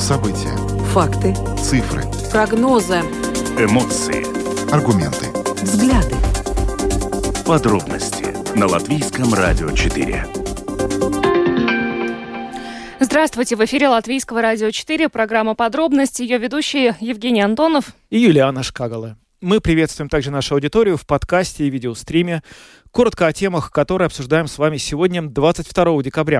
События. Факты. Цифры. Прогнозы. Эмоции. Аргументы. Взгляды. Подробности на Латвийском радио 4. Здравствуйте, в эфире Латвийского радио 4, программа «Подробности», ее ведущие Евгений Антонов и Юлиана Шкагала. Мы приветствуем также нашу аудиторию в подкасте и видеостриме. Коротко о темах, которые обсуждаем с вами сегодня, 22 декабря.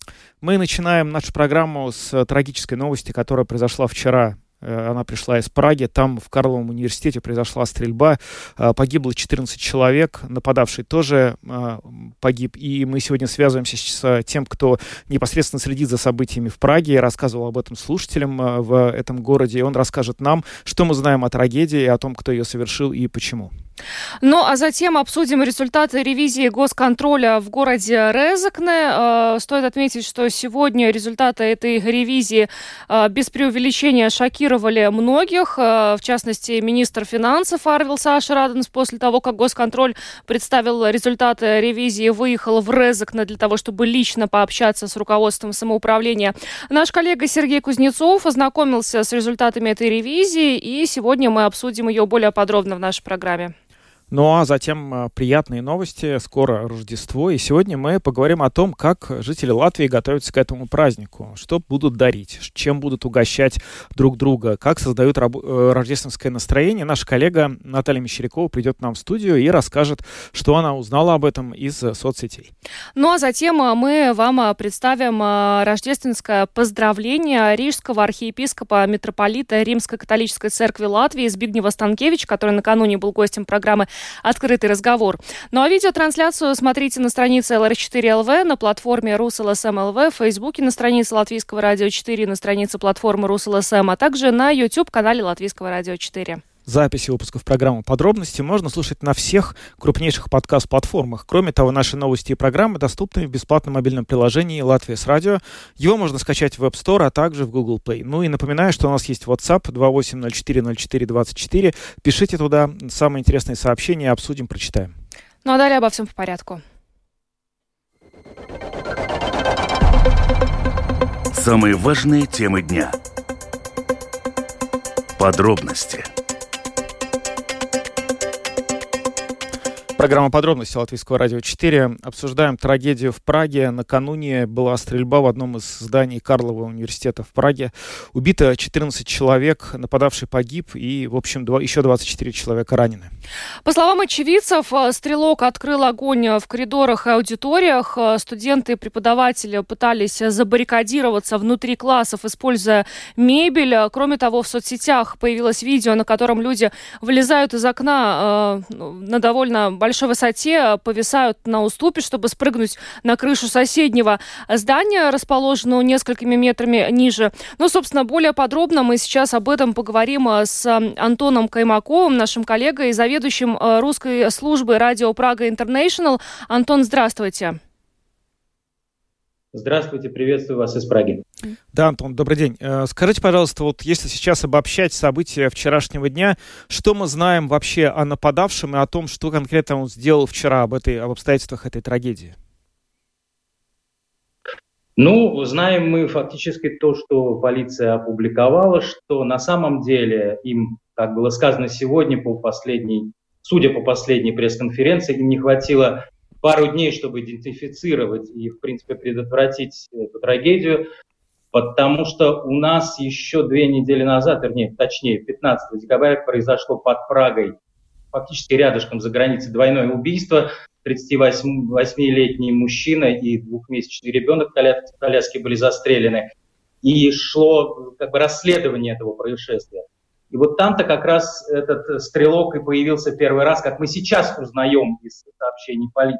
Мы начинаем нашу программу с трагической новости, которая произошла вчера. Она пришла из Праги. Там в Карловом университете произошла стрельба. Погибло 14 человек. Нападавший тоже погиб. И мы сегодня связываемся с тем, кто непосредственно следит за событиями в Праге. Я рассказывал об этом слушателям в этом городе. И он расскажет нам, что мы знаем о трагедии, и о том, кто ее совершил и почему. Ну, а затем обсудим результаты ревизии госконтроля в городе Резекне. Стоит отметить, что сегодня результаты этой ревизии без преувеличения шокировали многих. В частности, министр финансов Арвилс Ашераденс после того, как госконтроль представил результаты ревизии, выехал в Резекне для того, чтобы лично пообщаться с руководством самоуправления. Наш коллега Сергей Кузнецов ознакомился с результатами этой ревизии, и сегодня мы обсудим ее более подробно в нашей программе. Ну а затем приятные новости. Скоро Рождество, и сегодня мы поговорим о том, как жители Латвии готовятся к этому празднику, что будут дарить, чем будут угощать друг друга, как создают рождественское настроение. Наша коллега Наталья Мещерякова придет к нам в студию и расскажет, что она узнала об этом из соцсетей. Ну а затем мы вам представим рождественское поздравление рижского архиепископа митрополита Римской католической церкви Латвии Збигнева Станкевича, который накануне был гостем программы «Открытый разговор». Ну а видеотрансляцию смотрите на странице LR4LV, на платформе RusLSM.LV, в Фейсбуке на странице Латвийского радио 4, на странице платформы RusLSM, а также на YouTube-канале Латвийского радио 4. Записи выпусков программы «Подробности» можно слушать на всех крупнейших подкаст-платформах. Кроме того, наши новости и программы доступны в бесплатном мобильном приложении «Латвия с радио». Его можно скачать в App Store, а также в Google Play. Ну и напоминаю, что у нас есть WhatsApp 28040424. Пишите туда самые интересные сообщения, обсудим, прочитаем. Ну а далее обо всем по порядку. Самые важные темы дня. Подробности. Программа «Подробности» Латвийского радио 4. Обсуждаем трагедию в Праге. Накануне была стрельба в одном из зданий Карлового университета в Праге. Убито 14 человек, нападавший погиб, и, в общем, еще 24 человека ранены. По словам очевидцев, стрелок открыл огонь в коридорах и аудиториях. Студенты и преподаватели пытались забаррикадироваться внутри классов, используя мебель. Кроме того, в соцсетях появилось видео, на котором люди вылезают из окна на довольно большой высоте, повисают на уступе, чтобы спрыгнуть на крышу соседнего здания, расположенного несколькими метрами ниже. Ну, собственно, более подробно мы сейчас об этом поговорим с Антоном Каймаковым, нашим коллегой и заведующим русской службы радио Прага Интернешнл. Антон, здравствуйте. Здравствуйте, приветствую вас из Праги. Да, Антон, добрый день. Скажите, пожалуйста, вот если сейчас обобщать события вчерашнего дня, что мы знаем вообще о нападавшем и о том, что конкретно он сделал вчера, об обстоятельствах этой трагедии? Ну, знаем мы фактически то, что полиция опубликовала, что на самом деле им, как было сказано сегодня, судя по последней пресс-конференции, им не хватило пару дней, чтобы идентифицировать и, в принципе, предотвратить эту трагедию, потому что у нас еще 2 недели назад, точнее, 15 декабря произошло под Прагой, фактически рядышком за границей, двойное убийство. 38-летний мужчина и 2-месячный ребенок в коляске были застрелены. И шло расследование этого происшествия. И вот там-то как раз этот стрелок и появился первый раз, как мы сейчас узнаем из сообщений полиции.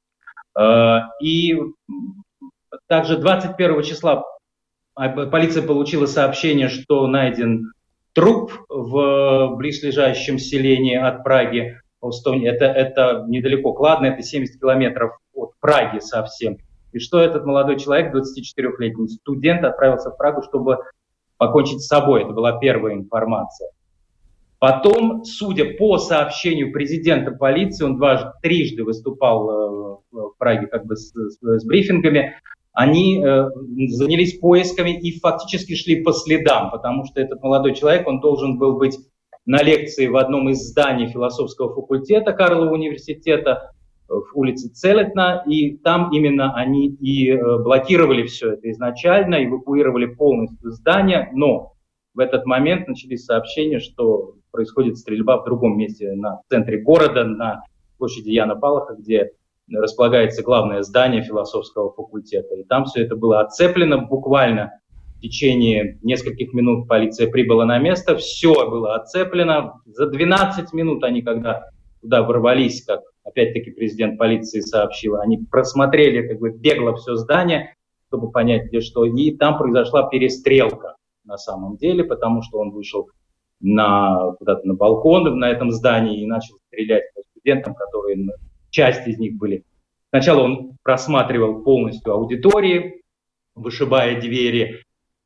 И также 21 числа полиция получила сообщение, что найден труп в близлежащем селении от Праги. Это недалеко, Кладно, это 70 километров от Праги совсем. И что этот молодой человек, 24-летний студент, отправился в Прагу, чтобы покончить с собой. Это была первая информация. Потом, судя по сообщению президента полиции, он трижды выступал в Праге с брифингами, они занялись поисками и фактически шли по следам, потому что этот молодой человек, он должен был быть на лекции в одном из зданий философского факультета Карлова университета в улице Целетна, и там именно они и блокировали все это изначально, эвакуировали полностью здание, но в этот момент начались сообщения, что происходит стрельба в другом месте, в центре города, на площади Яна Палаха, где располагается главное здание философского факультета. И там все это было отцеплено. Буквально в течение нескольких минут полиция прибыла на место, все было отцеплено. За 12 минут они, когда туда ворвались, как опять-таки президент полиции сообщил, они просмотрели бегло все здание, чтобы понять, где что. И там произошла перестрелка на самом деле, потому что он вышел куда-то на балкон на этом здании и начал стрелять по студентам, которые... Часть из них были. Сначала он просматривал полностью аудитории, вышибая двери,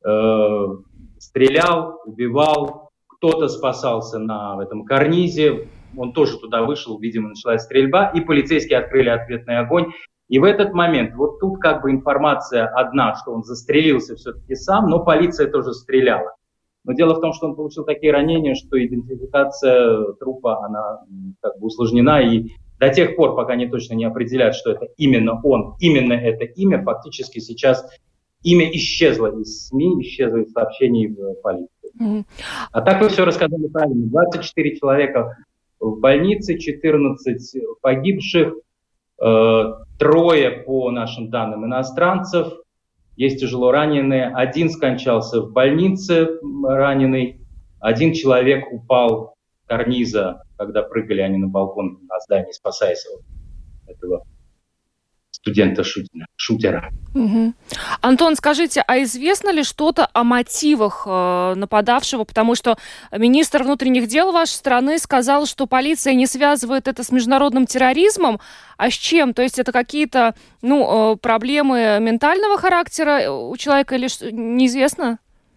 стрелял, убивал. Кто-то спасался на этом карнизе. Он тоже туда вышел, видимо, началась стрельба, и полицейские открыли ответный огонь. И в этот момент, вот тут информация одна, что он застрелился все-таки сам, но полиция тоже стреляла. Но дело в том, что он получил такие ранения, что идентификация трупа, она усложнена, и до тех пор, пока они точно не определят, что это именно он, именно это имя, фактически сейчас имя исчезло из СМИ, исчезло из сообщений в полиции. А так вы все рассказали правильно. 24 человека в больнице, 14 погибших, 3, по нашим данным, иностранцев, есть тяжело раненые, 1 скончался в больнице раненый, 1 человек упал с карниза, когда прыгали они на балкон на здании, спасаясь от этого студента-шутера. Угу. Антон, скажите, а известно ли что-то о мотивах нападавшего? Потому что министр внутренних дел вашей страны сказал, что полиция не связывает это с международным терроризмом, а с чем? То есть это какие-то проблемы ментального характера у человека или неизвестно?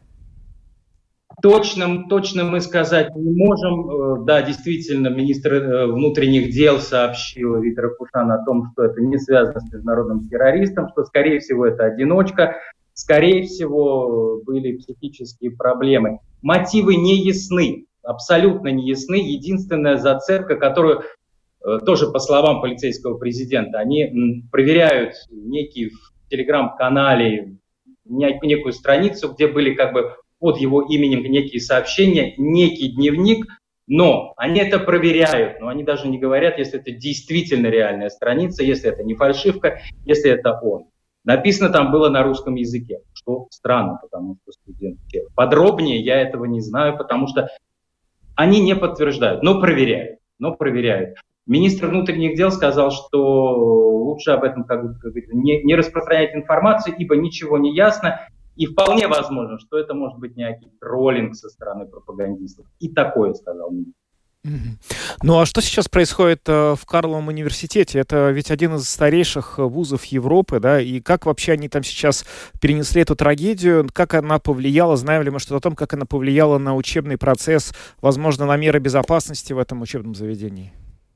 Точно мы сказать не можем. Да, действительно, министр внутренних дел сообщил, Виктор Кушан, о том, что это не связано с международным террористом, что, скорее всего, это одиночка, скорее всего, были психические проблемы. Мотивы не ясны, абсолютно не ясны. Единственная зацепка, которую, тоже по словам полицейского президента, они проверяют некий в телеграм-канале, некую страницу, где были под его именем некие сообщения, некий дневник, но они это проверяют, но они даже не говорят, если это действительно реальная страница, если это не фальшивка, если это он. Написано там было на русском языке, что странно, потому что студент. Подробнее я этого не знаю, потому что они не подтверждают, но проверяют. Министр внутренних дел сказал, что лучше об этом не распространять информацию, ибо ничего не ясно. И вполне возможно, что это может быть некий троллинг со стороны пропагандистов. И такое сказал министр. Ну а что сейчас происходит в Карловом университете? Это ведь один из старейших вузов Европы, да? И как вообще они там сейчас перенесли эту трагедию? Как она повлияла? Знаем ли мы что-то о том, как она повлияла на учебный процесс, возможно, на меры безопасности в этом учебном заведении?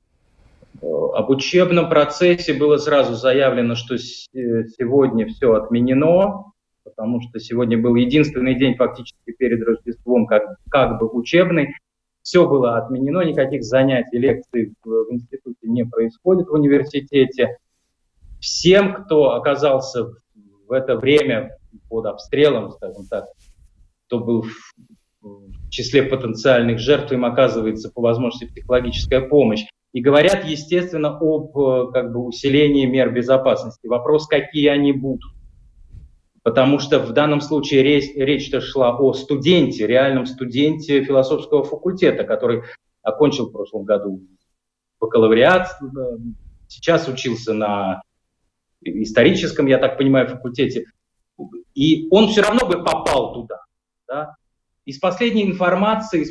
Об учебном процессе было сразу заявлено, что сегодня все отменено, потому что сегодня был единственный день фактически перед Рождеством, как бы учебный. Все было отменено, никаких занятий, лекций в институте не происходит в университете. Всем, кто оказался в это время под обстрелом, скажем так, кто был в числе потенциальных жертв, им оказывается по возможности психологическая помощь. И говорят, естественно, об усилении мер безопасности. Вопрос, какие они будут. Потому что в данном случае речь-то шла о студенте, реальном студенте философского факультета, который окончил в прошлом году бакалавриат, сейчас учился на историческом, я так понимаю, факультете, и он все равно бы попал туда. Да? Из последней информации,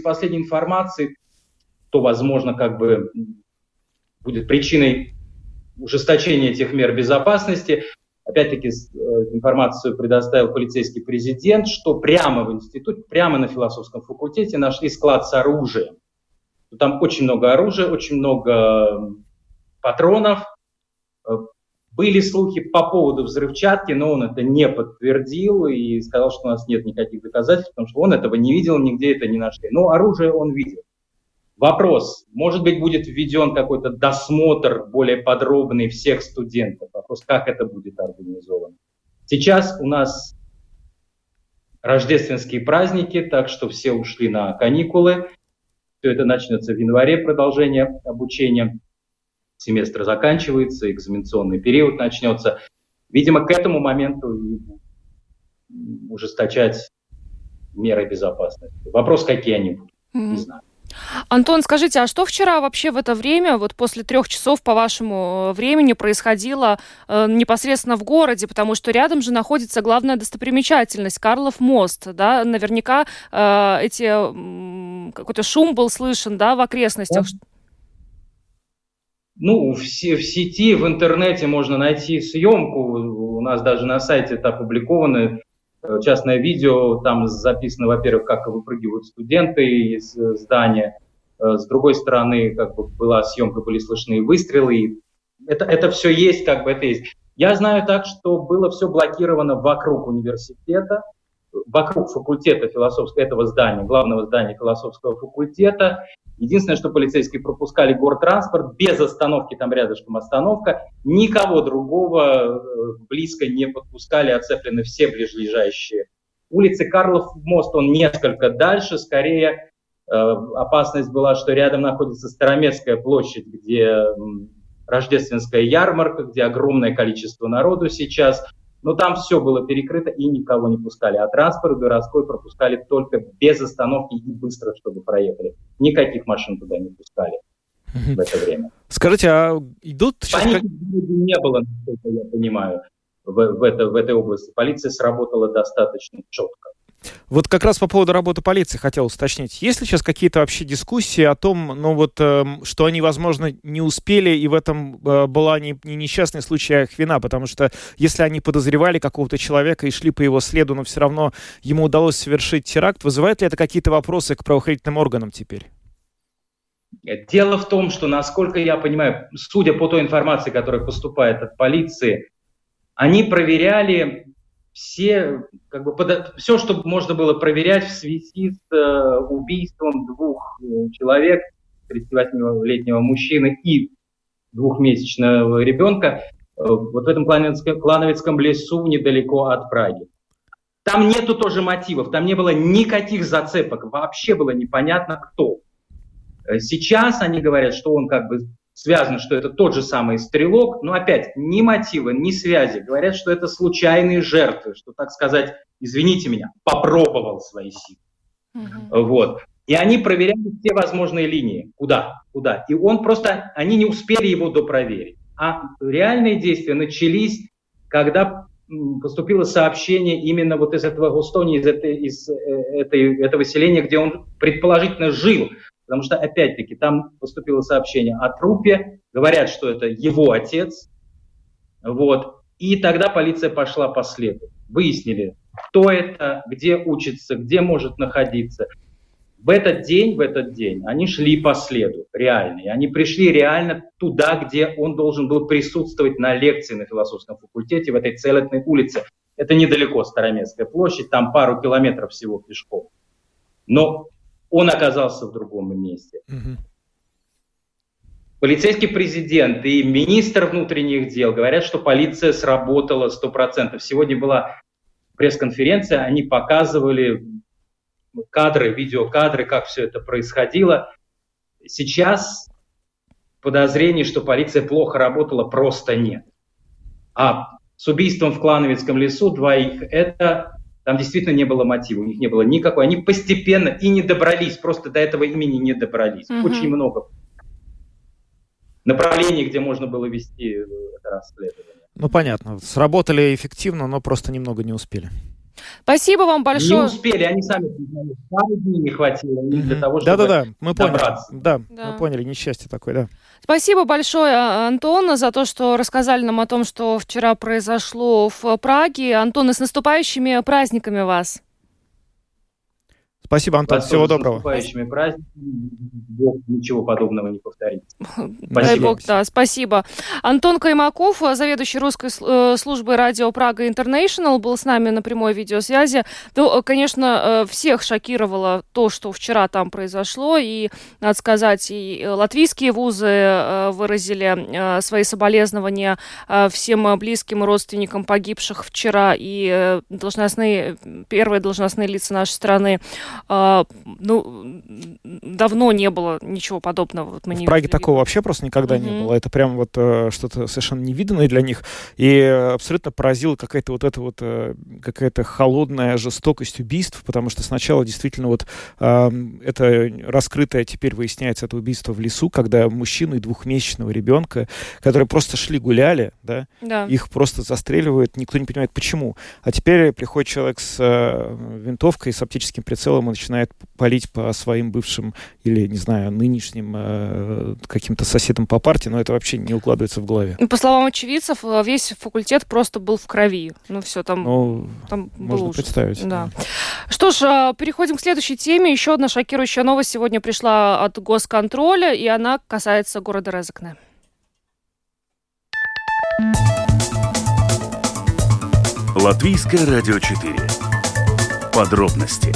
то, возможно, будет причиной ужесточения этих мер безопасности. Опять-таки информацию предоставил полицейский президент, что прямо в институте, прямо на философском факультете нашли склад с оружием. Там очень много оружия, очень много патронов. Были слухи по поводу взрывчатки, но он это не подтвердил и сказал, что у нас нет никаких доказательств, потому что он этого не видел, нигде это не нашли. Но оружие он видел. Вопрос, может быть, будет введен какой-то досмотр более подробный всех студентов. Вопрос, как это будет организовано. Сейчас у нас рождественские праздники, так что все ушли на каникулы. Все это начнется в январе, продолжение обучения. Семестр заканчивается, экзаменационный период начнется. Видимо, к этому моменту ужесточать меры безопасности. Вопрос, какие они будут, не знаю. Антон, скажите, а что вчера вообще в это время, вот после 3 часов по вашему времени, происходило непосредственно в городе? Потому что рядом же находится главная достопримечательность Карлов мост, да? Наверняка какой-то шум был слышен, да, в окрестностях. Ну, в сети, в интернете можно найти съемку. У нас даже на сайте это опубликовано. Частное видео, там записано, во-первых, как выпрыгивают студенты из здания. С другой стороны, как бы была съемка, были слышны выстрелы. Это все есть, как бы это есть. Я знаю так, что было все блокировано вокруг университета, вокруг факультета философского, этого здания, главного здания философского факультета. Единственное, что полицейские пропускали гортранспорт, без остановки, там рядышком остановка, никого другого близко не подпускали, оцеплены все ближайшие улицы. Карлов мост, он несколько дальше, скорее опасность была, что рядом находится Староместская площадь, где рождественская ярмарка, где огромное количество народу сейчас. Но там все было перекрыто и никого не пускали. А транспорт городской пропускали только без остановки и быстро, чтобы проехали. Никаких машин туда не пускали в это время. Скажите, а идут... Паники не было, насколько я понимаю, в этой области. Полиция сработала достаточно четко. Вот как раз по поводу работы полиции хотел уточнить. Есть ли сейчас какие-то вообще дискуссии о том, что они, возможно, не успели, и в этом была не несчастный случай, а их вина? Потому что если они подозревали какого-то человека и шли по его следу, но все равно ему удалось совершить теракт, вызывает ли это какие-то вопросы к правоохранительным органам теперь? Дело в том, что, насколько я понимаю, судя по той информации, которая поступает от полиции, они проверяли все, все, что можно было проверять в связи с убийством 2 человек, 38-летнего мужчины и 2-месячного ребенка, вот в этом Клановецком лесу недалеко от Праги. Там нету тоже мотивов, там не было никаких зацепок, вообще было непонятно кто. Сейчас они говорят, что он как бы связано, что это тот же самый стрелок, но опять ни мотива, ни связи. Говорят, что это случайные жертвы, что, так сказать, извините меня, попробовал свои силы. Вот. И они проверяли все возможные линии. Куда? И они не успели его допроверить. А реальные действия начались, когда поступило сообщение именно вот из этого Густони, из этого селения, где он предположительно жил. Потому что, опять-таки, там поступило сообщение о трупе, говорят, что это его отец. Вот. И тогда полиция пошла по следу. Выяснили, кто это, где учится, где может находиться. В этот день они шли по следу, реально. И они пришли реально туда, где он должен был присутствовать на лекции на философском факультете, в этой Целетной улице. Это недалеко Староместская площадь, там пару километров всего пешком. Но он оказался в другом месте. Полицейский президент и министр внутренних дел говорят, что полиция сработала 100%. Сегодня была пресс-конференция, они показывали кадры, видеокадры, как все это происходило. Сейчас подозрений, что полиция плохо работала, просто нет. А с убийством в Клановецком лесу 2 там действительно не было мотива, у них не было никакой. Они постепенно и не добрались, просто до этого имени не добрались. Очень много направлений, где можно было вести это расследование. Ну, понятно. Сработали эффективно, но просто немного не успели. Спасибо вам большое. Не успели, они сами признали, пару дней не хватило для того, чтобы мы добраться. Мы поняли, несчастье такое, да. Спасибо большое, Антон, за то, что рассказали нам о том, что вчера произошло в Праге. Антон, и с наступающими праздниками вас. Спасибо, Антон. Всего доброго. С наступающими праздниками. Бог ничего подобного не повторит. Дай бог, да, спасибо. Антон Каймаков, заведующий русской службой радио Прага Интернешнл, был с нами на прямой видеосвязи. То, конечно, всех шокировало то, что вчера там произошло. И, надо сказать, и латвийские вузы выразили свои соболезнования всем близким и родственникам погибших вчера. И первые должностные лица нашей страны. Давно не было ничего подобного. Вот мы в Праге такого вообще просто никогда не было. Это прям вот что-то совершенно невиданное для них. И абсолютно поразила какая-то холодная жестокость убийств, потому что сначала действительно это раскрытое, теперь выясняется, это убийство в лесу, когда мужчину и 2-месячного ребенка, которые просто шли гуляли, да, их просто застреливают, никто не понимает почему. А теперь приходит человек с винтовкой, с оптическим прицелом и начинает палить по своим бывшим или, не знаю, нынешним каким-то соседам по партии, но это вообще не укладывается в голове. По словам очевидцев, весь факультет просто был в крови. Там можно ужас. Представить. Да. Что ж, переходим к следующей теме. Еще одна шокирующая новость сегодня пришла от госконтроля, и она касается города Резекне. Латвийское радио 4. Подробности.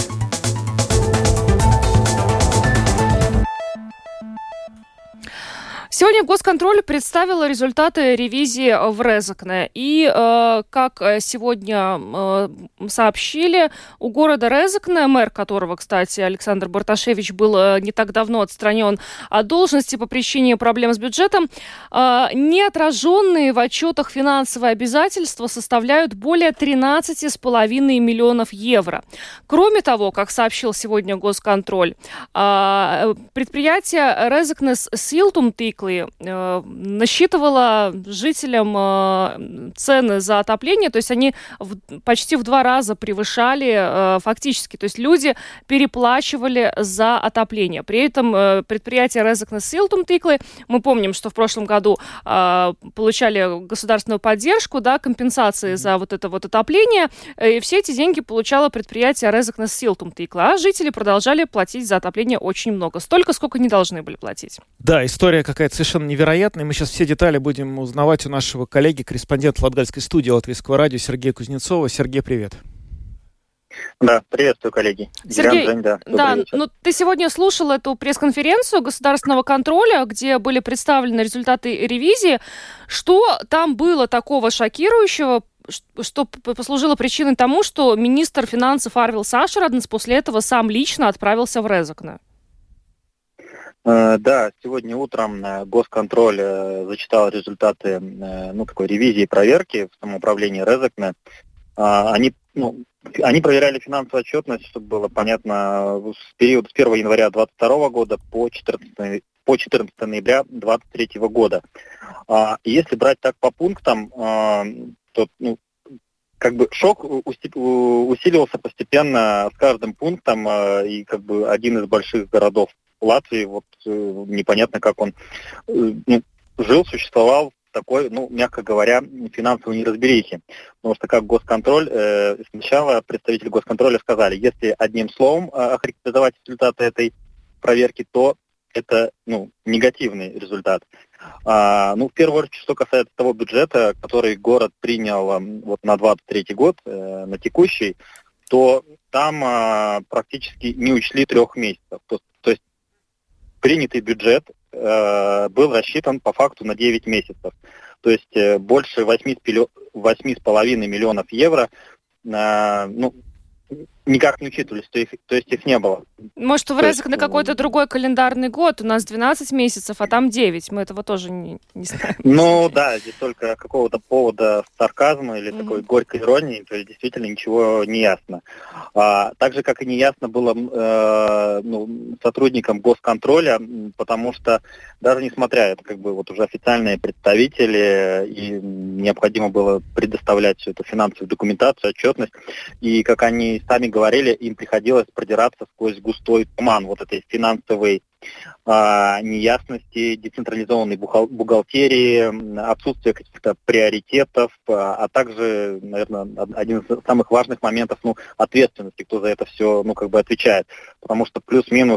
Сегодня Госконтроль представил результаты ревизии в Резекне. И, как сегодня сообщили, у города Резекне, мэр которого, кстати, Александр Барташевич, был не так давно отстранен от должности по причине проблем с бюджетом, неотраженные в отчетах финансовые обязательства составляют более 13,5 миллионов евро. Кроме того, как сообщил сегодня Госконтроль, предприятие Резекне Siltumtīkli насчитывала жителям цены за отопление, то есть они почти в 2 раза превышали фактически, то есть люди переплачивали за отопление. При этом предприятие Резекне Siltumtīkli, мы помним, что в прошлом году получали государственную поддержку, да, компенсации за вот это вот отопление, и все эти деньги получало предприятие Резекне Siltumtīkli, а жители продолжали платить за отопление очень много, столько, сколько не должны были платить. Да, история какая-то совершенно невероятная. Мы сейчас все детали будем узнавать у нашего коллеги, корреспондента Латгальской студии Латвийского радио Сергея Кузнецова. Сергей, привет. Да, приветствую, коллеги. Сергей, ты сегодня слушал эту пресс-конференцию государственного контроля, где были представлены результаты ревизии. Что там было такого шокирующего, что послужило причиной тому, что министр финансов Арвилс Ашараденс после этого сам лично отправился в Резекне? Да, сегодня утром Госконтроль зачитал результаты такой ревизии и проверки в самоуправлении Резекне. Они проверяли финансовую отчетность, чтобы было понятно, с периода с 1 января 2022 года по 14 ноября 2023 года. Если брать так по пунктам, то шок усиливался постепенно с каждым пунктом, и один из больших городов Латвии, непонятно, как он жил, существовал в такой, мягко говоря, финансовой неразберихе. Потому что как Госконтроль, сначала представители Госконтроля сказали, если одним словом охарактеризовать результаты этой проверки, то это негативный результат. В первую очередь, что касается того бюджета, который город принял на 2023 год, на текущий, то там практически не учли 3 месяцев. То есть принятый бюджет был рассчитан по факту на 9 месяцев. То есть больше 8,5 миллионов евро никак не учитывались, то есть их не было. Может, в Резекне какой-то другой календарный год, у нас 12 месяцев, а там 9, мы этого тоже не знаем. Да, здесь только какого-то повода сарказма или такой горькой иронии, то есть действительно ничего не ясно. Так же, как и не ясно было сотрудникам Госконтроля, потому что даже несмотря, это уже официальные представители, и необходимо было предоставлять всю эту финансовую документацию, отчетность, и как они сами говорили, им приходилось продираться сквозь густой туман этой финансовой неясности, децентрализованной бухгалтерии, отсутствие каких-то приоритетов, а также, наверное, один из самых важных моментов, ответственности, кто за это все, отвечает. Потому что плюс-минус,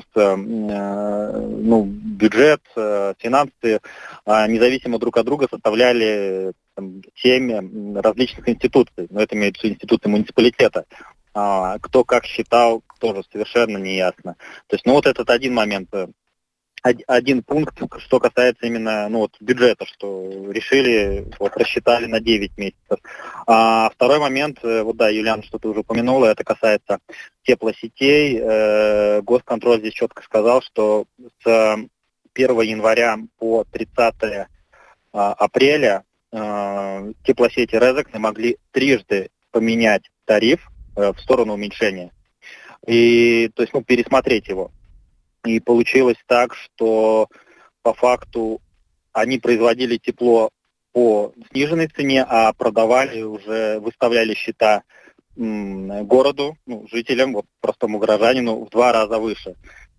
бюджет, финансы, независимо друг от друга составляли 7 различных институций. Но это имеется в виду институты муниципалитета. Кто как считал, тоже совершенно неясно. То есть, этот один момент. Один пункт, что касается именно бюджета, что решили, рассчитали на 9 месяцев. А второй момент, Юлиан, что ты уже упомянула, это касается теплосетей. Госконтроль здесь четко сказал, что с 1 января по 30 апреля теплосети Резекне могли трижды поменять тариф в сторону уменьшения. И, то есть, пересмотреть его. И получилось так, что по факту они производили тепло по сниженной цене, а продавали уже, выставляли счета городу, жителям, простому горожанину в 2 раза выше.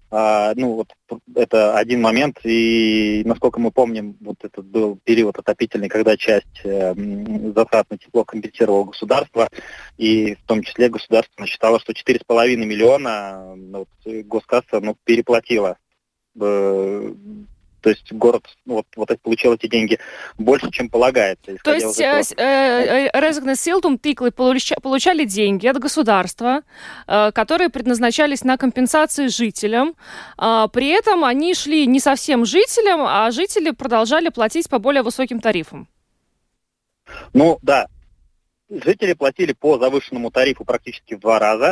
Это один момент, и насколько мы помним, этот был период отопительный, когда часть затрат на тепло компенсировало государство, и в том числе государство насчитало, что 4,5 миллиона госкасса переплатила. То есть город получил эти деньги больше, чем полагается. То есть Резекне Силтум, Тиклы получали деньги от государства, которые предназначались на компенсации жителям. При этом они шли не совсем жителям, а жители продолжали платить по более высоким тарифам. Да. Жители платили по завышенному тарифу практически в 2 раза.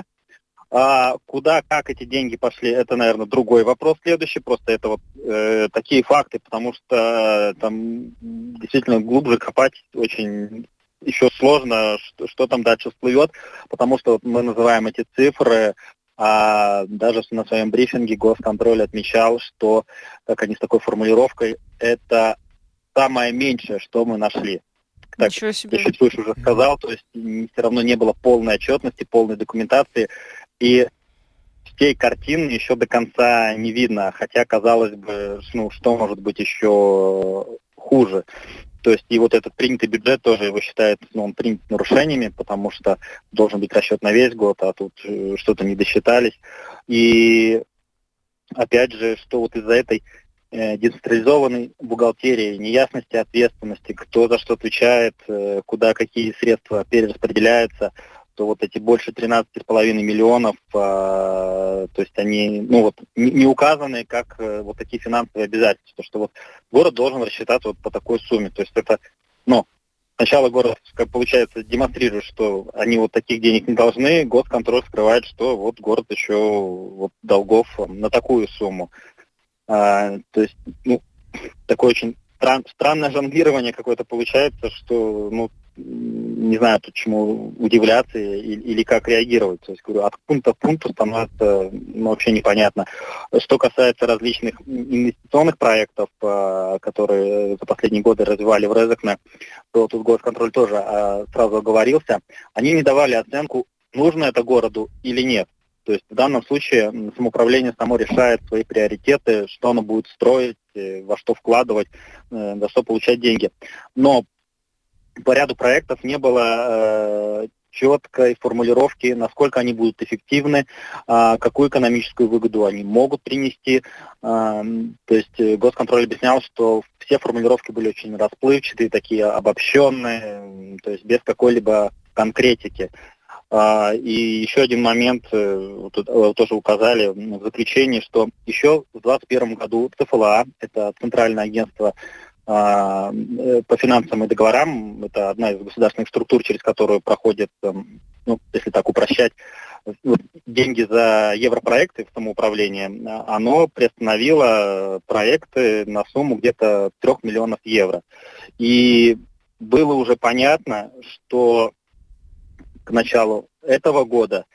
А куда, как эти деньги пошли, это, наверное, другой вопрос следующий. Просто это такие факты, потому что там действительно глубже копать очень еще сложно, что там дальше всплывет, потому что мы называем эти цифры, а даже на своем брифинге Госконтроль отмечал, что, как они с такой формулировкой, это самое меньшее, что мы нашли. Так, ничего себе. Я чуть выше уже сказал, то есть все равно не было полной отчетности, полной документации, и всей картины еще до конца не видно, хотя, казалось бы, что может быть еще хуже. То есть и этот принятый бюджет тоже его считает, он принят нарушениями, потому что должен быть расчет на весь год, а тут что-то не досчитались. И опять же, что из-за этой децентрализованной бухгалтерии, неясности ответственности, кто за что отвечает, куда какие средства перераспределяются, то эти больше 13,5 миллионов, то есть они не указаны как такие финансовые обязательства, что город должен рассчитаться по такой сумме. То есть это, сначала город, как получается, демонстрирует, что они таких денег не должны, Госконтроль скрывает, что город еще долгов на такую сумму. То есть, такое очень странное жонглирование какое-то получается, что, не знаю тут чему удивляться или как реагировать. То есть, говорю, от пункта к пункту становится вообще непонятно. Что касается различных инвестиционных проектов, которые за последние годы развивали в Резекне, то тут Госконтроль тоже сразу оговорился. Они не давали оценку, нужно это городу или нет. То есть в данном случае самоуправление само решает свои приоритеты, что оно будет строить, во что вкладывать, за что получать деньги. Но по ряду проектов не было четкой формулировки, насколько они будут эффективны, какую экономическую выгоду они могут принести. То есть Госконтроль объяснял, что все формулировки были очень расплывчатые, такие обобщенные, то есть без какой-либо конкретики. И еще один момент, тоже указали в заключении, что еще в 2021 году ЦФЛА, это Центральное агентство по финансам и договорам, это одна из государственных структур, через которую проходят, если так упрощать, деньги за европроекты в самоуправлении, оно приостановило проекты на сумму где-то 3 миллионов евро. И было уже понятно, что к началу этого года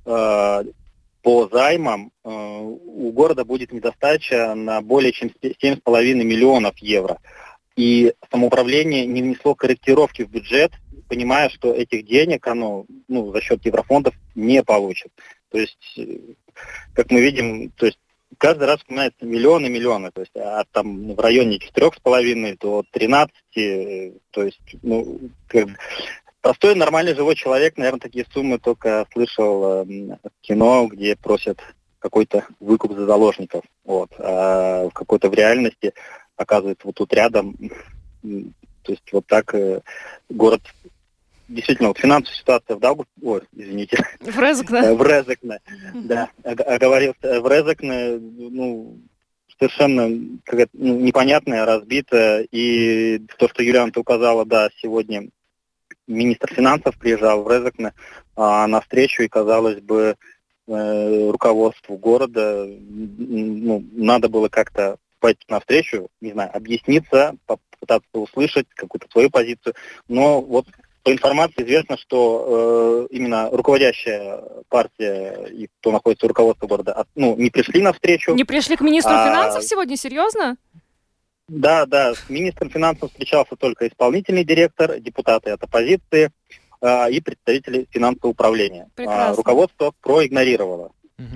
по займам у города будет недостача на более чем 7,5 миллионов евро. И самоуправление не внесло корректировки в бюджет, понимая, что этих денег оно за счет еврофондов не получит. То есть, как мы видим, то есть каждый раз вспоминаются миллионы, миллионы. То есть там в районе 4,5 до 13. То есть, простой, нормальный, живой человек, наверное, такие суммы только слышал в кино, где просят какой-то выкуп за заложников. Вот. А в реальности оказывается вот тут рядом. То есть вот так город... Действительно, вот финансовая ситуация в В Резекне. В Резекне, да. Оговорился. В Резекне, совершенно непонятная, разбитая. И то, что Юлиана указала, да, сегодня министр финансов приезжал в Резекне на встречу, и, казалось бы, руководству города, надо было как-то пойти навстречу, не знаю, объясниться, попытаться услышать какую-то свою позицию, но вот по информации известно, что именно руководящая партия и кто находится у руководства города, не пришли навстречу. Не пришли к министру финансов сегодня? Серьезно? Да, с министром финансов встречался только исполнительный директор, депутаты от оппозиции и представители финансового управления. Руководство проигнорировало.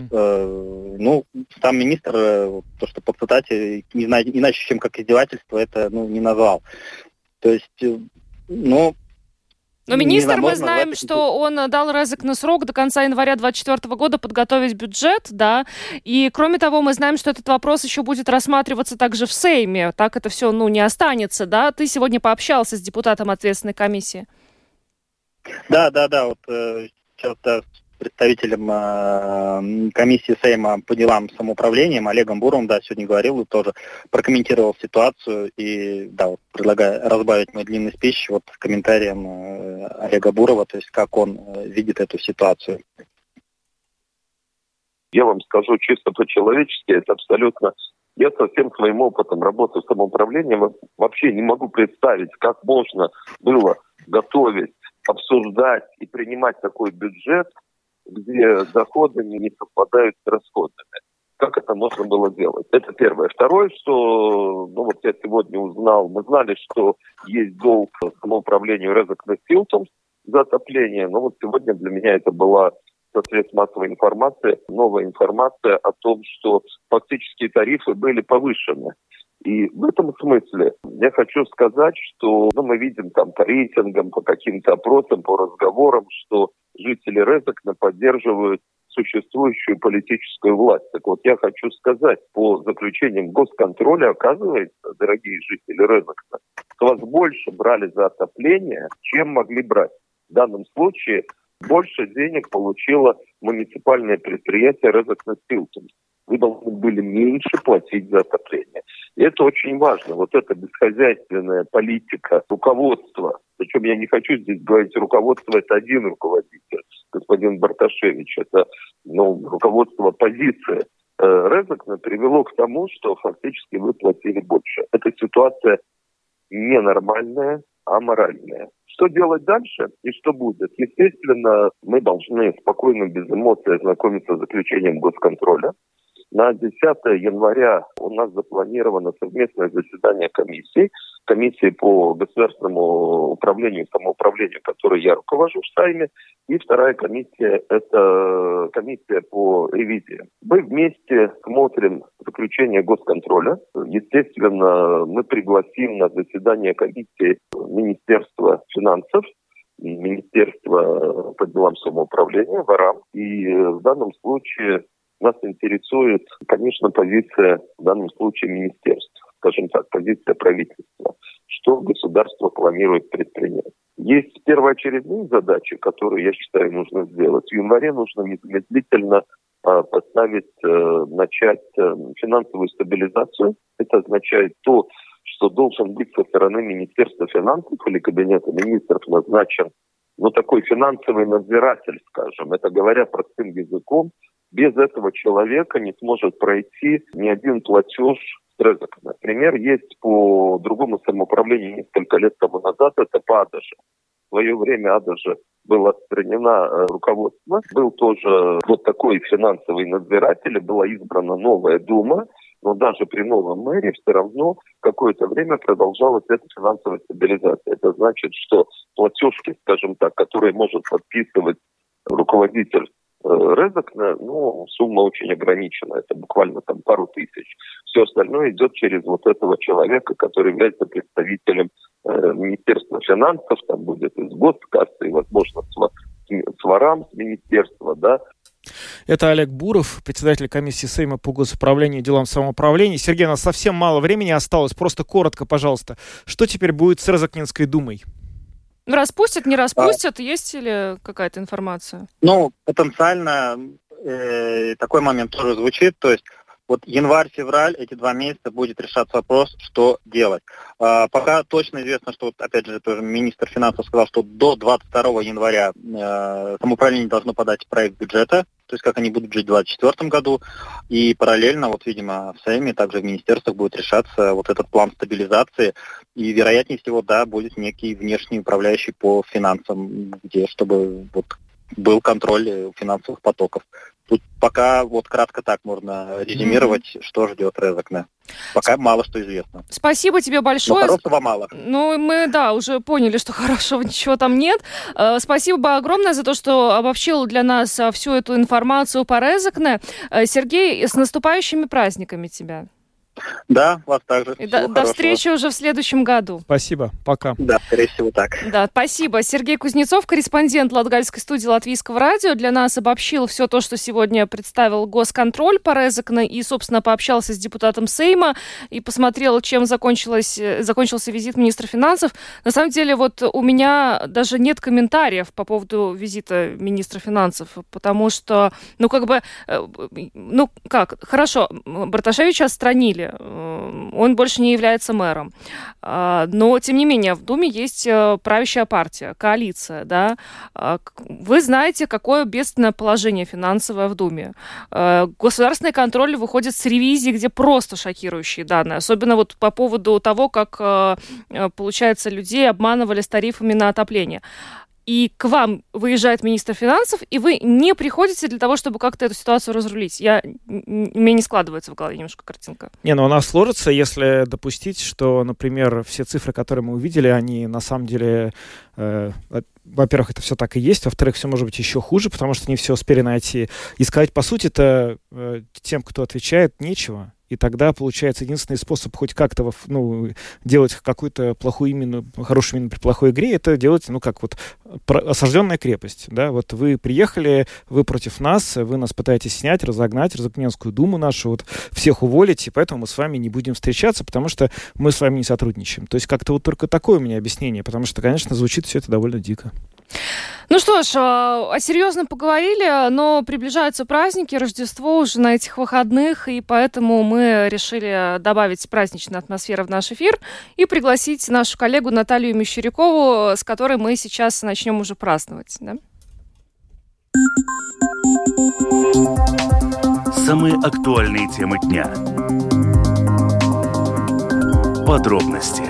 Сам министр, то, что по цитате, не знаю, иначе, чем как издевательство, это не назвал. То есть, Но министр, мы знаем, что он дал Резекне срок до конца января 2024 года подготовить бюджет, да, и кроме того, мы знаем, что этот вопрос еще будет рассматриваться также в Сейме, так это все, не останется, да? Ты сегодня пообщался с депутатом ответственной комиссии? Да, вот сейчас с представителем комиссии Сейма по делам самоуправления Олегом Буровым, сегодня говорил и тоже прокомментировал ситуацию. И, предлагаю разбавить мой длинный спич комментарием Олега Бурова, то есть как он видит эту ситуацию. Я вам скажу чисто по-человечески, это абсолютно... Я со всем своим опытом работы в самоуправлении вообще не могу представить, как можно было готовить, обсуждать и принимать такой бюджет, где доходы не совпадают с расходами. Как это можно было делать? Это первое. Второе, что я сегодня узнал, мы знали, что есть долг самоуправлению Резекне Филтомс за отопление, но сегодня для меня это была со средств массовой информации новая информация о том, что фактически тарифы были повышены. И в этом смысле я хочу сказать, что мы видим там по рейтингам, по каким-то опросам, по разговорам, что жители Резекне поддерживают существующую политическую власть. Так вот, я хочу сказать, по заключениям госконтроля, оказывается, дорогие жители Резекне, что вас больше брали за отопление, чем могли брать. В данном случае больше денег получило муниципальное предприятие Резекне Филтомс. Вы должны были меньше платить за отопление. И это очень важно. Вот эта бесхозяйственная политика руководства. Причем я не хочу здесь говорить, руководство — это один руководитель, господин Барташевич. Это руководство позиции Резекне привело к тому, что фактически вы платили больше. Эта ситуация ненормальная, аморальная. Что делать дальше и что будет? Естественно, мы должны спокойно, без эмоций ознакомиться с заключением госконтроля. На 10 января у нас запланировано совместное заседание комиссии по государственному управлению и самоуправлению, которой я руковожу в Сейме, и вторая комиссия – это комиссия по ревизии. Мы вместе смотрим заключение госконтроля. Естественно, мы пригласим на заседание комиссии Министерства финансов, Министерства по делам самоуправления, ВАРАМ. И в данном случае нас интересует, конечно, позиция в данном случае министерства, скажем так, позиция правительства. Что государство планирует предпринять? Есть первоочередные задачи, которые, я считаю, нужно сделать. В январе нужно незамедлительно начать финансовую стабилизацию. Это означает то, что должен быть со стороны Министерства финансов или Кабинета министров назначен такой финансовый надзиратель, скажем. Это говоря простым языком. Без этого человека не сможет пройти ни один платеж с Резекне. Например, есть по другому самоуправлению несколько лет тому назад, это по Адаже. В свое время Адаже было отстранено руководство. Был тоже такой финансовый надзиратель, была избрана новая дума, но даже при новом мэре все равно какое-то время продолжалась эта финансовая стабилизация. Это значит, что платежки, скажем так, которые может подписывать руководитель Резекне, сумма очень ограничена, это буквально там пару тысяч. Все остальное идет через вот этого человека, который является представителем Министерства финансов, там будет из госкассы, и, возможно, с ворам с министерства, да. Это Олег Буров, председатель комиссии Сейма по госуправлению и делам самоуправления. Сергей, у нас совсем мало времени осталось, просто коротко, пожалуйста. Что теперь будет с Резекненской думой? Распустят, не распустят? Есть ли какая-то информация? Потенциально такой момент тоже звучит. То есть вот январь-февраль, эти 2 месяца будет решаться вопрос, что делать. Пока точно известно, что, опять же, тоже министр финансов сказал, что до 22 января самоуправление должно подать проект бюджета, то есть как они будут жить в 2024 году. И параллельно, видимо, в Сейме, также в министерствах будет решаться вот этот план стабилизации. И, вероятнее всего, да, будет некий внешний управляющий по финансам, чтобы был контроль финансовых потоков. Тут пока кратко так можно резюмировать, что ждет Резекне. Пока мало что известно. Спасибо тебе большое. Но хорошего мало. Мы, уже поняли, что хорошего ничего там нет. Спасибо огромное за то, что обобщил для нас всю эту информацию по Резекне. Сергей, с наступающими праздниками тебя. Да, вас также. И до встречи уже в следующем году. Спасибо, пока. Да, скорее всего так. Да, спасибо. Сергей Кузнецов, корреспондент Латгальской студии Латвийского радио, для нас обобщил все то, что сегодня представил госконтроль по Резекне, и, собственно, пообщался с депутатом Сейма и посмотрел, чем закончился визит министра финансов. На самом деле, у меня даже нет комментариев по поводу визита министра финансов, потому что, хорошо, Барташевича отстранили, он больше не является мэром. Но, тем не менее, в Думе есть правящая партия, коалиция, да. Вы знаете, какое бедственное положение финансовое в Думе. Государственный контроль выходит с ревизии, где просто шокирующие данные. Особенно по поводу того, как, получается, людей обманывали с тарифами на отопление. И к вам выезжает министр финансов, и вы не приходите для того, чтобы как-то эту ситуацию разрулить. У меня не складывается в голове немножко картинка. У нас сложится, если допустить, что, например, все цифры, которые мы увидели, они на самом деле... во-первых, это все так и есть, во-вторых, все может быть еще хуже, потому что не все успели найти. И сказать, по сути-то, тем, кто отвечает, нечего. И тогда, получается, единственный способ хоть как-то делать какую-то плохую именно, хорошую именно при плохой игре, это делать, осажденная крепость. Да? Вы приехали, вы против нас, вы нас пытаетесь снять, разогнать, Резекненскую думу нашу, всех уволить, и поэтому мы с вами не будем встречаться, потому что мы с вами не сотрудничаем. То есть как-то только такое у меня объяснение, потому что, конечно, звучит все это довольно дико. Ну что ж, о серьезном поговорили, но приближаются праздники, Рождество уже на этих выходных, и поэтому мы решили добавить праздничной атмосферы в наш эфир и пригласить нашу коллегу Наталью Мещерякову, с которой мы сейчас начнем уже праздновать. Да? Самые актуальные темы дня. Подробности.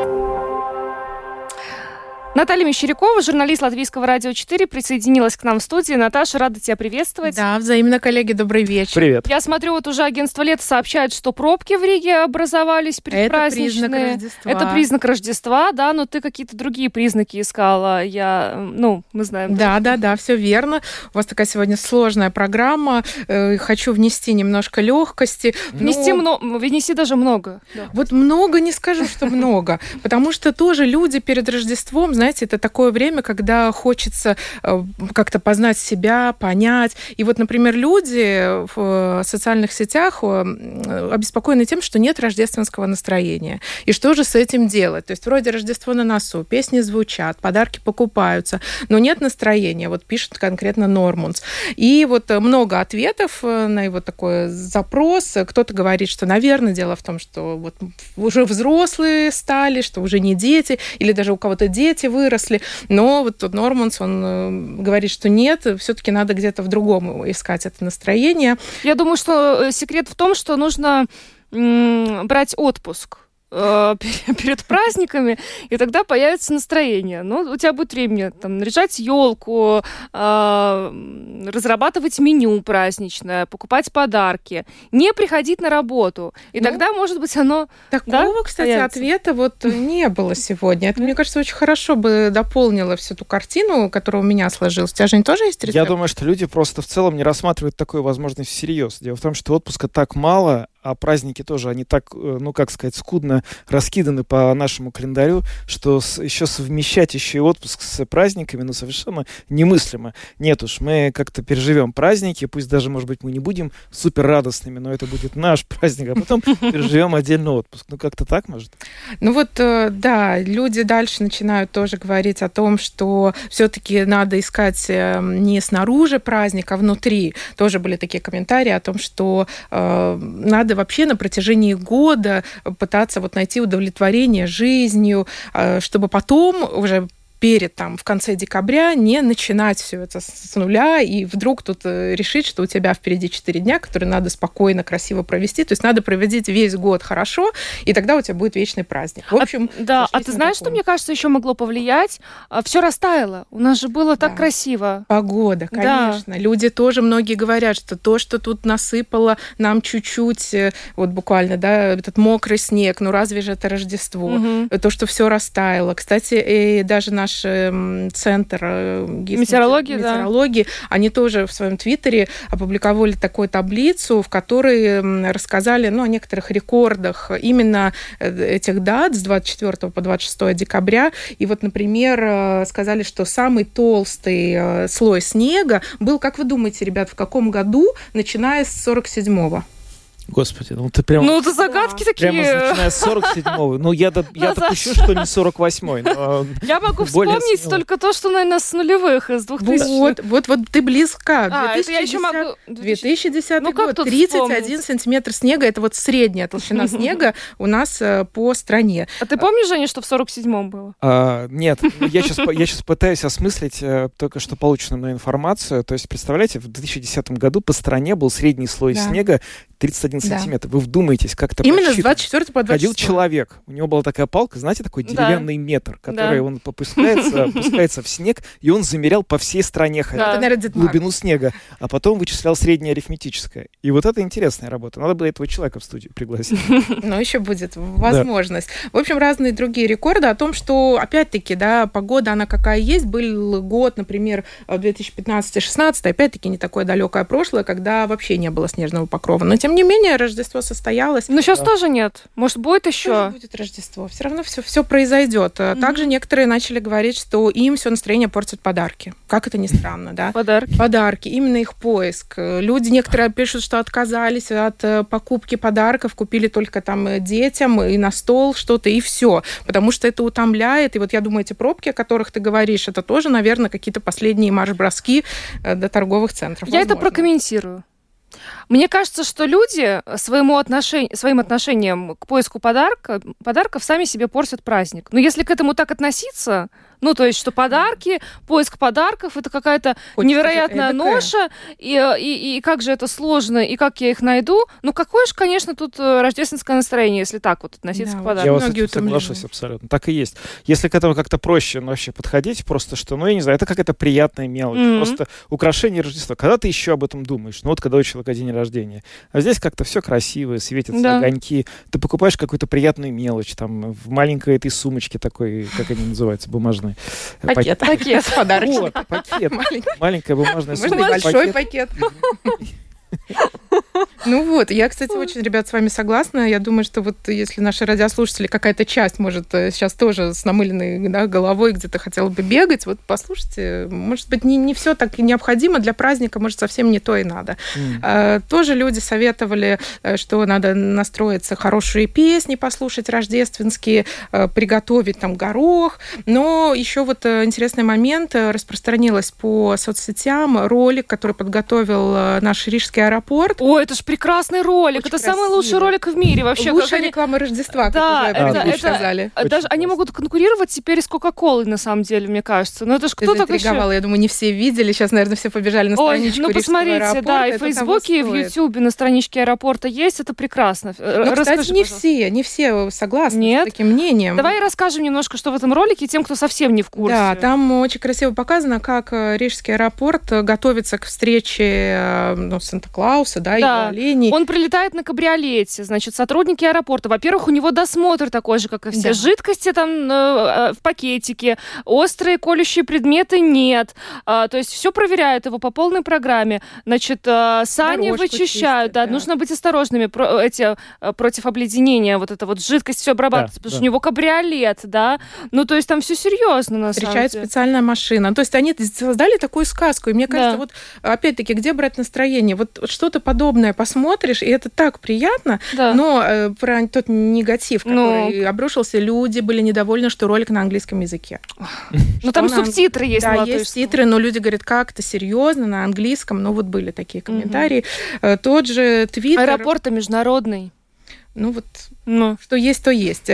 Наталья Мещерякова, журналист Латвийского радио 4, присоединилась к нам в студии. Наташа, рада тебя приветствовать. Да, взаимно, коллеги, добрый вечер. Привет. Я смотрю, уже агентство «Лето» сообщает, что пробки в Риге образовались предпраздничные. Это признак Рождества. Это признак Рождества, да, но ты какие-то другие признаки искала. Мы знаем. Да, все верно. У вас такая сегодня сложная программа. Хочу внести немножко легкости. Внеси даже много. Да. Много не скажу, что много, потому что тоже люди перед Рождеством, знаете, это такое время, когда хочется как-то познать себя, понять. И например, люди в социальных сетях обеспокоены тем, что нет рождественского настроения. И что же с этим делать? То есть вроде Рождество на носу, песни звучат, подарки покупаются, но нет настроения. Пишет конкретно Нормунс. И много ответов на его такой запрос. Кто-то говорит, что, наверное, дело в том, что уже взрослые стали, что уже не дети, или даже у кого-то дети выросли, но тут Норманс, он говорит, что нет, все-таки надо где-то в другом искать это настроение. Я думаю, что секрет в том, что нужно брать отпуск. перед праздниками, и тогда появится настроение. Ну, у тебя будет времени там наряжать елку, разрабатывать меню праздничное, покупать подарки, не приходить на работу. И тогда, может быть, оно... Такого, кстати, ответа вот не было сегодня. Это, мне кажется, очень хорошо бы дополнило всю ту картину, которая у меня сложилась. У тебя, Жень, тоже есть рецепт? Я думаю, что люди просто в целом не рассматривают такую возможность всерьез. Дело в том, что отпуска так мало, а праздники тоже, они так, ну, как сказать, скудно раскиданы по нашему календарю, что еще совмещать еще и отпуск с праздниками, ну, совершенно немыслимо. Нет уж, мы как-то переживем праздники, пусть даже, может быть, мы не будем супер радостными, но это будет наш праздник, а потом переживем отдельный отпуск. Ну, как-то так, может? Ну, вот, да, люди дальше начинают тоже говорить о том, что все-таки надо искать не снаружи праздник, а внутри. Тоже были такие комментарии о том, что надо вообще на протяжении года пытаться вот найти удовлетворение жизнью, чтобы потом уже в конце декабря не начинать все это с нуля и вдруг тут решить, что у тебя впереди 4 дня, которые надо спокойно, красиво провести. То есть надо проводить весь год хорошо, и тогда у тебя будет вечный праздник. В общем, ты знаешь, что, мне кажется, еще могло повлиять? Все растаяло. У нас же было так красиво. Погода, конечно. Да. Люди тоже, многие говорят, что то, что тут насыпало нам чуть-чуть, вот буквально, да, этот мокрый снег, ну разве же это Рождество? То, что все растаяло. Кстати, и даже наш центр метеорологии, они тоже в своем твиттере опубликовали такую таблицу, в которой рассказали о некоторых рекордах именно этих дат с 24 по 26 декабря. И вот, например, сказали, что самый толстый слой снега был, как вы думаете, ребят, в каком году, начиная с 47-го? Господи, ну ты прям... Ну, это загадки такие. Прямо начиная с 47-го. Ну, я допущу, что не 48-й. Но я могу вспомнить только то, что, наверное, с нулевых, из 2000. Вот ты близка. Это я еще могу... 2010 год. 31 сантиметр снега. Это вот средняя толщина снега у нас по стране. А ты помнишь, Женя, что в 47-м было? Нет. Я сейчас пытаюсь осмыслить только что полученную мной информацию. То есть, представляете, в 2010 году по стране был средний слой снега 31 сантиметр. Вы вдумаетесь, как это именно с 24 по 26. Ходил человек. У него была такая палка, знаете, такой деревянный метр, который он опускается в снег, и он замерял по всей стране глубину снега, а потом вычислял среднее арифметическое. И вот это интересная работа. Надо было этого человека в студию пригласить. Но еще будет возможность. В общем, разные другие рекорды о том, что, опять-таки, да, погода, она какая есть. Был год, например, 2015-16, опять-таки, не такое далекое прошлое, когда вообще не было снежного покрова. Но, тем не менее, Рождество состоялось. Но сейчас тоже нет. Может, будет еще? Тоже будет Рождество. Все равно все произойдет. Также некоторые начали говорить, что им все настроение портят подарки. Как это ни странно, да? Подарки. Именно их поиск. Люди некоторые пишут, что отказались от покупки подарков, купили только там детям и на стол что-то, и все. Потому что это утомляет. И вот я думаю, эти пробки, о которых ты говоришь, это тоже, наверное, какие-то последние марш-броски до торговых центров. Я это прокомментирую. Мне кажется, что люди своим отношением к поиску подарков сами себе портят праздник. Но если к этому так относиться, ну, то есть, что подарки, поиск подарков — это какая-то невероятная ноша, и как же это сложно, и как я их найду. Ну, какое же, конечно, тут рождественское настроение, если так вот относиться к подаркам. Я вот с этим соглашусь абсолютно. Так и есть. Если к этому как-то проще вообще подходить, просто что, ну, я не знаю, это какая-то приятная мелочь, просто украшение Рождества. Когда ты еще об этом думаешь? Ну, вот когда у человека день рождения. А здесь как-то все красиво, светятся огоньки. Ты покупаешь какую-то приятную мелочь, там, в маленькой этой сумочке такой, как они называются, бумажной. Пакет. Подарочный. Вот, пакет. Маленькая бумажная сумка. Можно большой пакет. Ну вот, я, кстати, очень, ребят, с вами согласна. Я думаю, что вот если наши радиослушатели, какая-то часть, может, сейчас тоже с намыленной головой где-то хотела бы бегать, вот послушайте, может быть, не все так необходимо для праздника, может, совсем не то и надо. Тоже люди советовали, что надо настроиться, хорошие песни послушать рождественские, приготовить там горох. Но еще вот интересный момент, распространилось по соцсетям ролик, который подготовил наш рижский аэропорт. О, это ж прекрасный ролик. Очень это самый красивый. лучший ролик в мире вообще. Лучшая реклама Рождества, Да, как уже это сказали. даже они могут конкурировать теперь с Кока-Колой, на самом деле, мне кажется. Но это ж кто так еще... Я думаю, не все видели. Сейчас, наверное, все побежали на страничку ну посмотрите, аэропорта. да, и в Фейсбуке, и в Ютьюбе на страничке аэропорта есть. Это прекрасно. Но, кстати, не все согласны с таким мнением. Давай расскажем немножко, что в этом ролике, тем, кто совсем не в курсе. Да, там очень красиво показано, как Рижский аэропорт готовится к встрече Санта-Клауса, да, и оленей. Он прилетает на кабриолете, значит, сотрудники аэропорта. Во-первых, у него досмотр такой же, как и все. Жидкости там в пакетике, острые колющие предметы нет. То есть все проверяют его по полной программе. Значит, сани вычищают. Да, нужно быть осторожными. Против обледенения вот эта вот жидкость все обрабатывается, потому что у него кабриолет, да. Ну, то есть там все серьезно, на самом деле. Встречает специальная машина. То есть они создали такую сказку. И мне кажется, вот опять-таки, где брать настроение? Вот что-то подобное посмотришь, и это так приятно, но про тот негатив, который обрушился, люди были недовольны, что ролик на английском языке. Ну, там субтитры есть. Да, есть титры, но люди говорят, как-то серьезно, на английском. Ну, вот были такие комментарии. Тот же Твиттер... Аэропорт международный. Ну вот, что есть, то есть.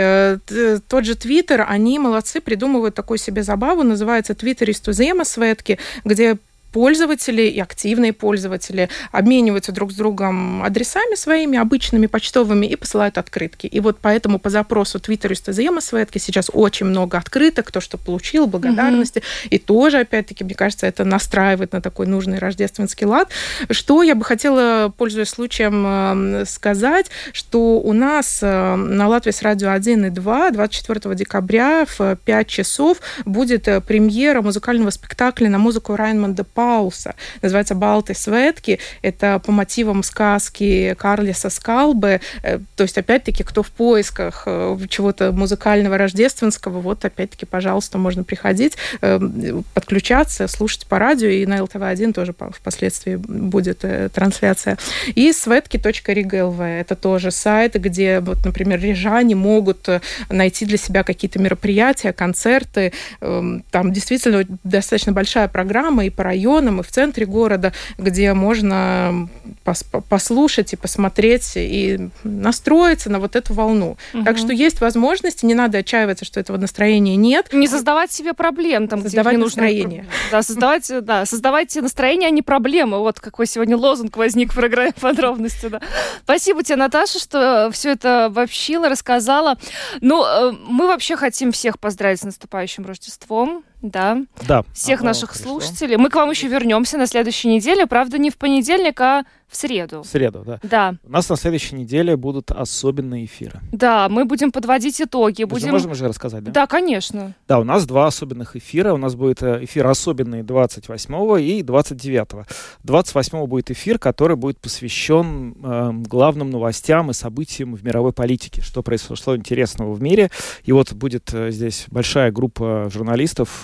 Тот же Твиттер, они молодцы, придумывают такую себе забаву, называется «Твиттеристу Ziemassvētki», где пользователи и активные пользователи обмениваются друг с другом адресами своими, обычными почтовыми, и посылают открытки. И вот поэтому по запросу Твиттеристу Ziemassvētki сейчас очень много открыток, кто что получил, благодарности. И тоже, опять-таки, мне кажется, это настраивает на такой нужный рождественский лад. Что я бы хотела, пользуясь случаем, сказать, что у нас на Латвии с радио 1 и 2 24 декабря в 5 часов будет премьера музыкального спектакля на музыку Раймонда Пауса. Называется «Balti svētki». Это по мотивам сказки Карлиса Скалбы. То есть, опять-таки, кто в поисках чего-то музыкального, рождественского, вот, опять-таки, пожалуйста, можно приходить, подключаться, слушать по радио, и на ЛТВ-1 тоже впоследствии будет трансляция. И svetki.rig.lv. Это тоже сайт, где, вот, например, рижане могут найти для себя какие-то мероприятия, концерты. Там действительно достаточно большая программа и по районам, и в центре города, где можно послушать и посмотреть, и настроиться на вот эту волну. Так что есть возможности, не надо отчаиваться, что этого настроения нет. Не создавать себе проблем, там, создавать где не нужно настроение. Создавайте настроение, а не проблемы. Вот какой сегодня лозунг возник в программе «Подробности». Да. Спасибо тебе, Наташа, что все это обобщила, рассказала. Ну, мы вообще хотим всех поздравить с наступающим Рождеством. Да. Всех наших слушателей. Мы к вам еще вернемся на следующей неделе. Правда, не в понедельник, а в среду. В среду, да. Да. У нас на следующей неделе будут особенные эфиры. Да, мы будем подводить итоги. Можем уже рассказать, да? Да, конечно. Да, у нас 2 особенных эфира. У нас будет эфир особенный 28-го и 29-го. 28-го будет эфир, который будет посвящен главным новостям и событиям в мировой политике, что произошло интересного в мире. И вот будет здесь большая группа журналистов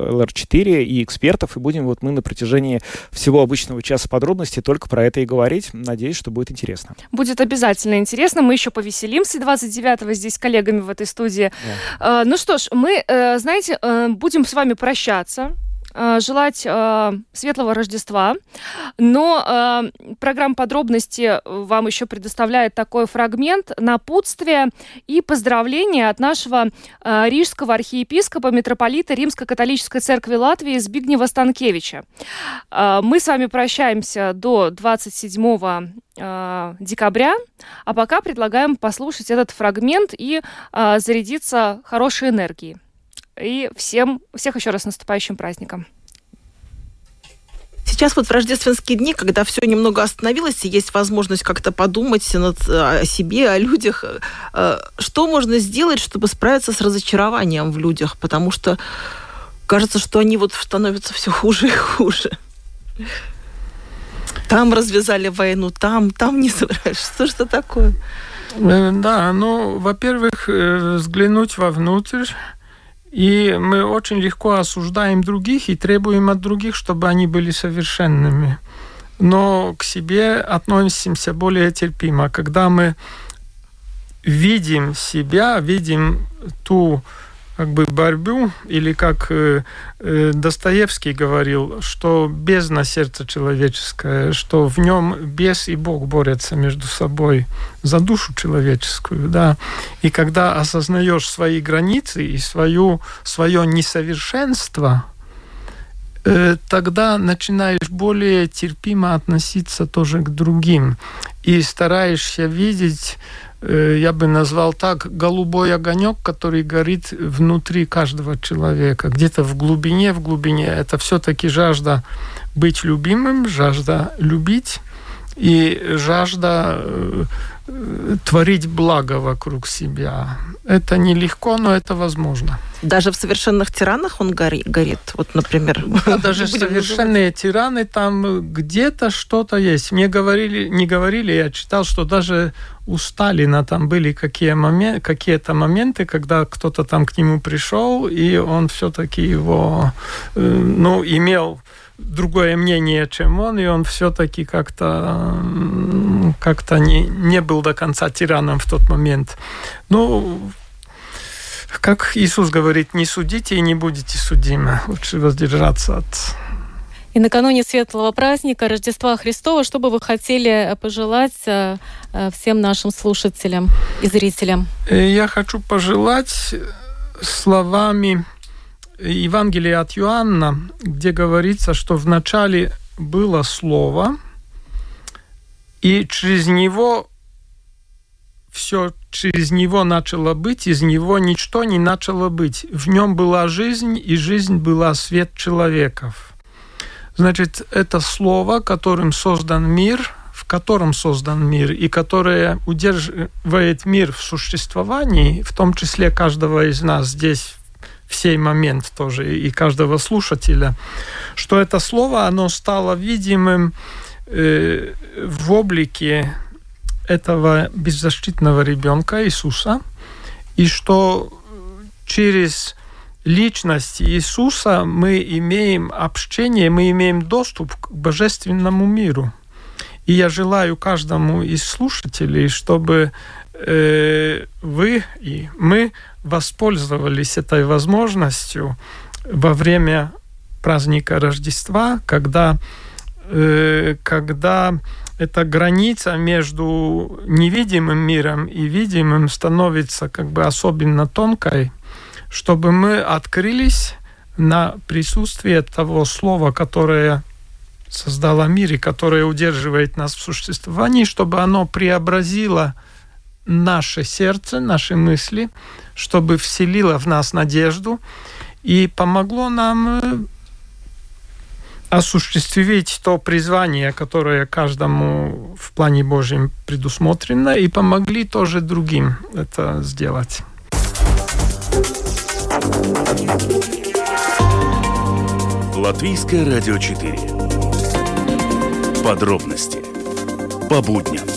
ЛР4 и экспертов, и будем вот мы на протяжении всего обычного часа подробностей только про это и говорить. Надеюсь, что будет интересно. Будет обязательно интересно. Мы еще повеселимся 29-го здесь с коллегами в этой студии. Да. Ну что ж, мы, знаете, будем с вами прощаться. Желать светлого Рождества. Но программа «Подробности» вам еще предоставляет такой фрагмент напутствия и поздравления от нашего рижского архиепископа, митрополита Римско-католической церкви Латвии Збигнева Станкевича. Мы с вами прощаемся до 27 декабря, а пока предлагаем послушать этот фрагмент и зарядиться хорошей энергией. И всех еще раз с наступающим праздником. Сейчас вот в рождественские дни, когда все немного остановилось, и есть возможность как-то подумать о себе, о людях, что можно сделать, чтобы справиться с разочарованием в людях? Потому что кажется, что они вот становятся все хуже и хуже. Там развязали войну, там не собираешь. Что же это такое? Да, ну, во-первых, взглянуть вовнутрь. И мы очень легко осуждаем других и требуем от других, чтобы они были совершенными. Но к себе относимся более терпимо. Когда мы видим себя, видим ту как бы борьбу, или как Достоевский говорил, что бездна сердца человеческое, что в нем бес и Бог борются между собой за душу человеческую, да. И когда осознаешь свои границы и свое несовершенство, тогда начинаешь более терпимо относиться тоже к другим. И стараешься видеть, я бы назвал так, голубой огонек, который горит внутри каждого человека. Где-то в глубине это все-таки жажда быть любимым, жажда любить и жажда творить благо вокруг себя. Это нелегко, но это возможно. Даже в совершенных тиранах он горит? Вот, например... Да, даже совершенные тираны, там где-то что-то есть. Мне не говорили, я читал, что даже у Сталина там были какие-то моменты, когда кто-то там к нему пришел, и он все-таки его, имел другое мнение, чем он, и он все-таки как-то не был до конца тираном в тот момент. Как Иисус говорит, не судите и не будете судимы. Лучше воздержаться от... И накануне светлого праздника Рождества Христова, что бы вы хотели пожелать всем нашим слушателям и зрителям? Я хочу пожелать словами Евангелия от Иоанна, где говорится, что вначале было Слово, и через него все через него начало быть, из него ничто не начало быть. В нем была жизнь, и жизнь была свет человеков. Значит, это Слово, которым создан мир, в котором создан мир, и которое удерживает мир в существовании, в том числе каждого из нас здесь, в сей момент тоже, и каждого слушателя, что это Слово, оно стало видимым в облике этого беззащитного ребенка Иисуса, и что через личность Иисуса мы имеем общение, мы имеем доступ к божественному миру. И я желаю каждому из слушателей, чтобы вы и мы воспользовались этой возможностью во время праздника Рождества, когда эта граница между невидимым миром и видимым становится как бы особенно тонкой, чтобы мы открылись на присутствие того Слова, которое создало мир и которое удерживает нас в существовании, чтобы оно преобразило наше сердце, наши мысли, чтобы вселило в нас надежду и помогло нам осуществить то призвание, которое каждому в плане Божьем предусмотрено, и помогли тоже другим это сделать. Латвийское радио 4. Подробности по будням.